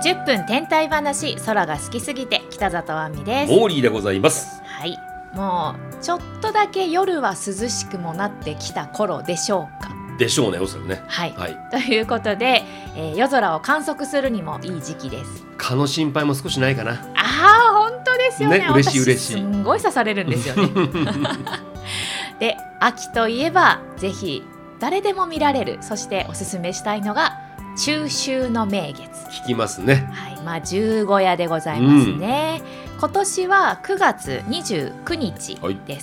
10分天体話、空が好きすぎて北里亜美です。 モーリーでございます。 はい、もうちょっとだけ夜は涼しくもなってきた頃でしょうか。 でしょうね、おそらくね。 はい、ということで、夜空を観測するにもいい時期です。 蚊の心配も少しないかな。 本当ですよね。 嬉しい嬉しい。 すんごい刺されるんですよね。で、秋といえばぜひ誰でも見られる、そしておすすめしたいのが中秋の名月。 聞きますね。 はい、十五夜でございますね。今年は9月29日です。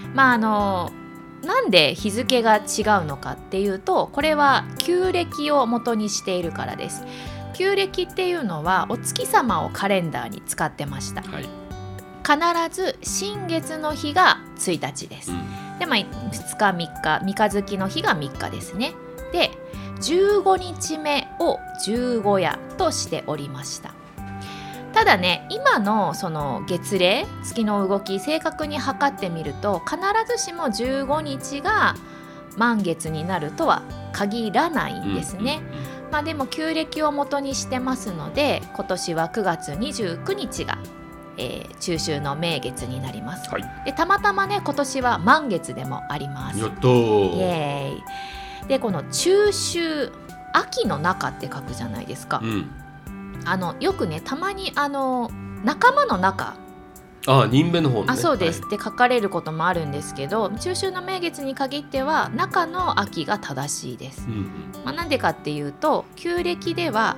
なんで日付が違うのかっていうと、これは旧暦を元にしているからです。旧暦っていうのはお月様をカレンダーに使ってました。はい、必ず新月の日が1日です。で、2日3日、三日月の日が3日ですね。で、15日目を十五夜としておりました。ただね、今のその月齢、月の動き正確に測ってみると、必ずしも15日が満月になるとは限らないんですね。でも旧暦を元にしてますので、今年は9月29日が、中秋の名月になります。はい、で、たまたまね、今年は満月でもあります。 やったー。 イエーイ。で、この中秋、秋の中って書くじゃないですか。よくね、たまに仲間の中、 人弁の方のね、 そうです、って書かれることもあるんですけど、中秋の名月に限っては中の秋が正しいです。なんでかっていうと、旧暦では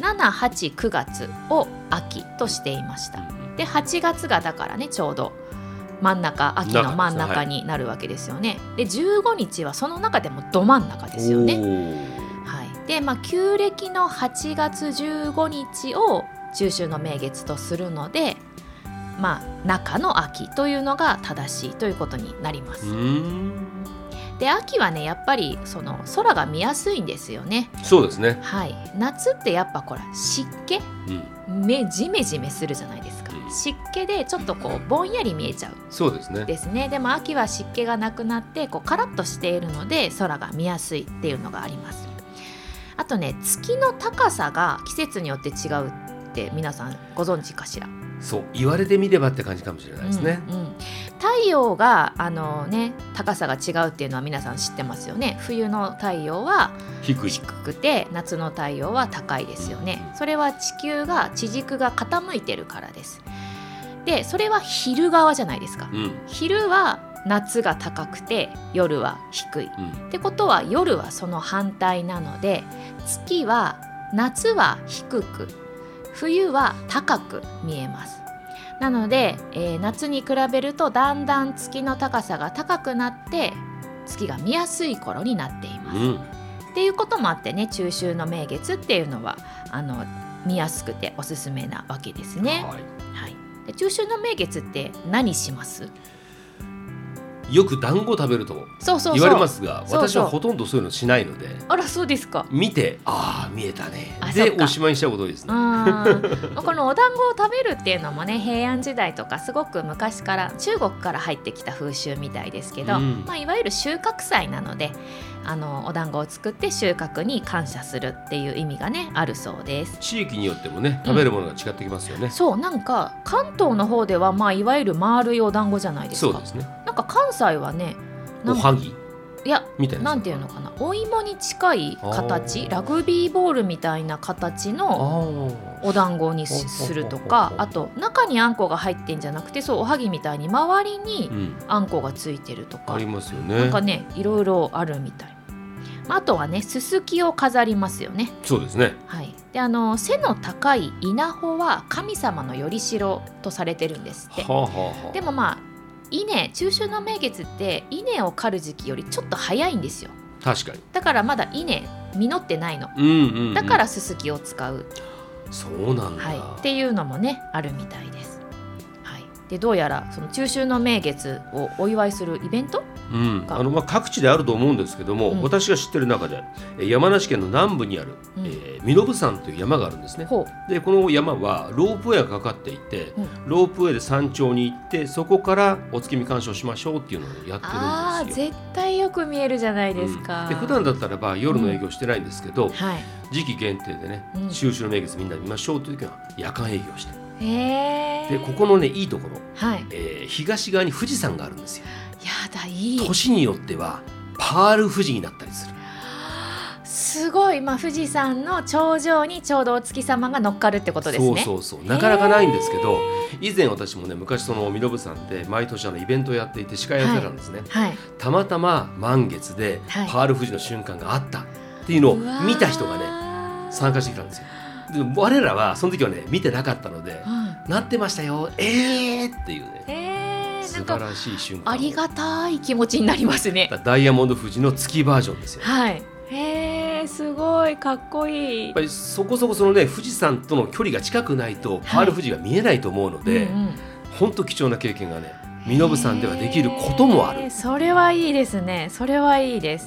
7、8、9月を秋としていました。で、8月がだからね、ちょうど真ん中、秋の真ん中になるわけですよね。で、15日はその中でもど真ん中ですよね。はい、で、旧暦の8月15日を中秋の名月とするので、中の秋というのが正しいということになります。で、秋はね、やっぱりその空が見やすいんですよね。 そうですね。 はい、夏ってやっぱ湿気、ジメジメするじゃないですか。湿気でちょっとぼんやり見えちゃう。 そうですね。 ですね。でも秋は湿気がなくなってカラッとしているので、空が見やすいっていうのがあります。あとね、月の高さが季節によって違うって皆さんご存知かしら。 そう言われてみればって感じかもしれないですね。 太陽が高さが違うっていうのは皆さん知ってますよね。冬の太陽は低くて、夏の太陽は高いですよね。それは地球が地軸が傾いてるからです。で、それは昼側じゃないですか。昼は夏が高くて夜は低い、ってことは夜はその反対なので、月は夏は低く、冬は高く見えます。なので、夏に比べるとだんだん月の高さが高くなって月が見やすい頃になっています。っていうこともあってね、中秋の名月っていうのは見やすくておすすめなわけですね。はい、で、中秋の名月って何します？ よく団子食べると言われますが、私はほとんどそういうのしないので。 あら、そうですか。 見て、見えたねでおしまいにしたことですね。 このお団子を食べるっていうのもね、平安時代とかすごく昔から中国から入ってきた風習みたいですけど、いわゆる収穫祭なので、お団子を作って収穫に感謝するっていう意味がね、あるそうです。 地域によってもね、食べるものが違ってきますよね。 そう、なんか関東の方では、いわゆる丸いお団子じゃないですか。 そうですね。 なんか関西はね、 おはぎ、 いや、 みたいな、 なんていうのかな、お芋に近い形、ラグビーボールみたいな形のお団子にするとか、あと中にあんこが入ってんじゃなくて、そう、おはぎみたいに周りにあんこがついてるとか、 ありますよね。 なんかね、いろいろあるみたい。あとはね、すすきを飾りますよね。 そうですね。 はい、で、背の高い稲穂は神様のよりしろとされてるんですって。でも稲、中秋の名月って稲を刈る時期よりちょっと早いんですよ。 確かに。 だからまだ稲実ってないの。だからすすきを使う。 そうなんだ。 はい、っていうのもね、あるみたいです。はい、で、どうやらその中秋の名月をお祝いするイベント各地であると思うんですけども、私が知ってる中で山梨県の南部にある、身延山という山があるんですね。でこの山はロープウェイがかかっていて、ロープウェイで山頂に行ってそこからお月見鑑賞しましょうっていうのをやってるんですよ。 絶対よく見えるじゃないですか。 で普段だったらば夜の営業してないんですけど、時期限定でね、中秋の名月みんなで見ましょうという時は夜間営業して、でここのねいいところ、東側に富士山があるんですよ。 いい。 年によってはパール富士になったりする。 すごい、富士山の頂上にちょうどお月様が乗っかるってことですね。 そうなかなかないんですけど、以前私もね昔その身延山で毎年イベントをやっていて司会やってたんですね。たまたま満月でパール富士の瞬間があったっていうのを見た人がね参加してきたんですよ。でも我らはその時はね見てなかったので、なってましたよっていうね、素晴らしい瞬間、 ありがたい気持ちになりますね。 ダイヤモンド富士の月バージョンですよ。 すごいかっこいい。 やっぱりそこそこそのね富士山との距離が近くないとパール富士が見えないと思うので、本当貴重な経験がね身延山ではできることもある。 それはいいですね。それはいいです。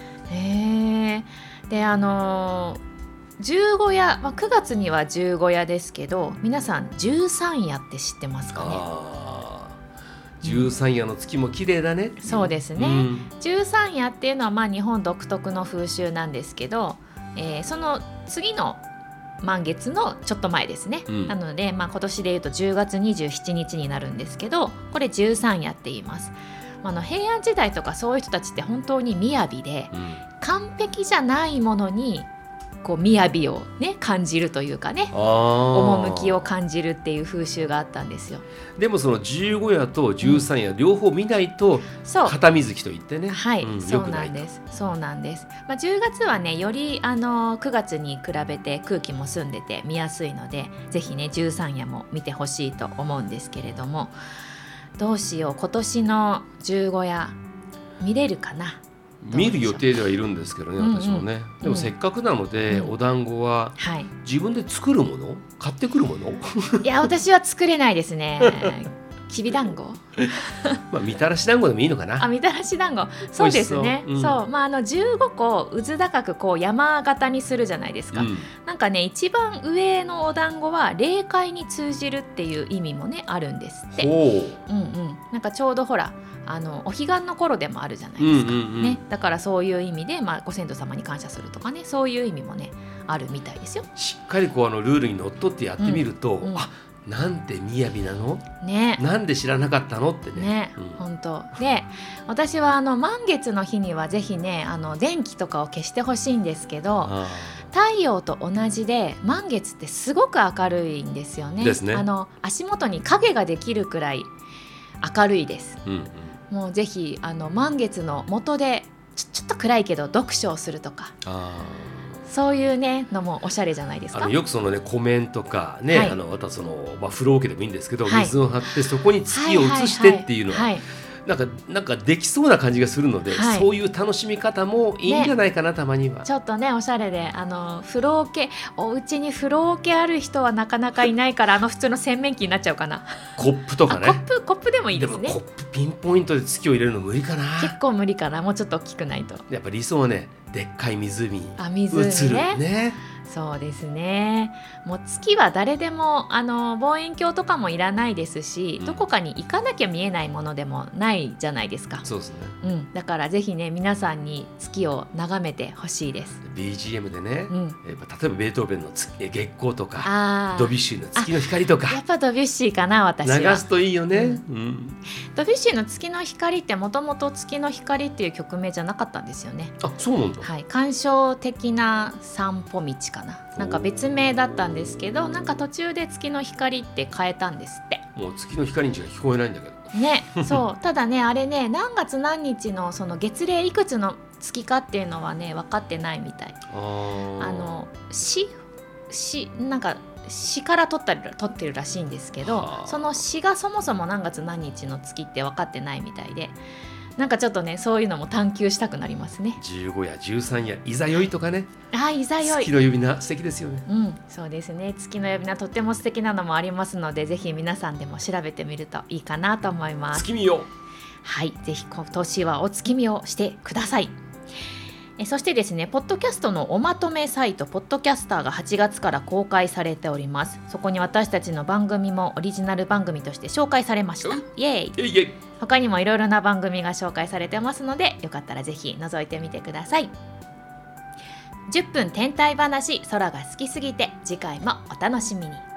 で十五夜、9月には十五夜ですけど、皆さん十三夜って知ってますかね。 十三夜の月も綺麗だね。 そうですね、十三夜っていうのは日本独特の風習なんですけど、その次の満月のちょっと前ですね、なので、今年でいうと10月27日になるんですけど、これ十三夜って言います。平安時代とかそういう人たちって本当に雅で、完璧じゃないものにこう雅をね感じるというかね、趣を感じるっていう風習があったんですよ。 でもその十五夜と十三夜両方見ないと片水木といってね、 そうなんです。そうなんです。10月はねより9月に比べて空気も澄んでて見やすいので、ぜひね十三夜も見てほしいと思うんですけれども、どうしよう、今年の十五夜見れるかな。 見る予定ではいるんですけどね、私もね。でもせっかくなので、お団子は自分で作るもの、買ってくるものいや私は作れないですね。きびだんごみたらし団子でもいいのかな。 みたらし団子、そうですね。15個うず高くこう山形にするじゃないですか。なんかね一番上のお団子は霊界に通じるっていう意味もねあるんですって。なんかちょうどほらお彼岸の頃でもあるじゃないですか、だからそういう意味で、ご先祖様に感謝するとかね、そういう意味もねあるみたいですよ。 しっかりこうルールにのっとってやってみると、なんて雅なの、なんで知らなかったのってね。 本当で、私は満月の日にはぜひね電気とかを消してほしいんですけど、太陽と同じで満月ってすごく明るいんですよね。足元に影ができるくらい明るいです。もうぜひ満月の元でちょっと暗いけど読書をするとか、そういうねのもおしゃれじゃないですか。 よくそのね湖面とかね、またその風呂桶でもいいんですけど、水を張ってそこに月を映してっていうのはなんかできそうな感じがするので、そういう楽しみ方もいいんじゃないかな、たまには。 ちょっとねおしゃれで風呂桶、お家に風呂桶ある人はなかなかいないから普通の洗面器になっちゃうかな。 コップとかね。 コップでもいいですね。 でもコップピンポイントで月を入れるの無理かな。 結構無理かな。もうちょっと大きくないと。 やっぱ理想はねでっかい湖に映るね。 そうですね。もう月は誰でも望遠鏡とかもいらないですし、どこかに行かなきゃ見えないものでもないじゃないですか。 そうですね、 だからぜひね皆さんに月を眺めてほしいです。 BGM でね、例えばベートーベンの月光とかドビュッシーの月の光とか、 やっぱドビュッシーかな。私は流すといいよね、 ドビュッシーの月の光ってもともと月の光っていう曲名じゃなかったんですよね。 そうなんだ。 鑑賞的な散歩道かな、なんか別名だったんですけど、なんか途中で月の光って変えたんですって。 もう月の光にしか聞こえないんだけどね。そうただねあれね何月何日のその月齢いくつの月かっていうのはね分かってないみたい。なんか詩から取ってるらしいんですけど、その詩がそもそも何月何日の月って分かってないみたいで、なんかちょっとねそういうのも探求したくなりますね。 15夜13夜いざよいとかね。 いざよい、 月の呼び名素敵ですよね。 そうですね。月の呼び名とっても素敵なのもありますので、ぜひ皆さんでも調べてみるといいかなと思います。 月見よはい、ぜひ今年はお月見をしてください。そしてですね、ポッドキャストのおまとめサイトポッドキャスターが8月から公開されております。そこに私たちの番組もオリジナル番組として紹介されました。イエーイ。他にもいろいろな番組が紹介されてますので、よかったらぜひ覗いてみてください。10分天体話、空が好きすぎて、次回もお楽しみに。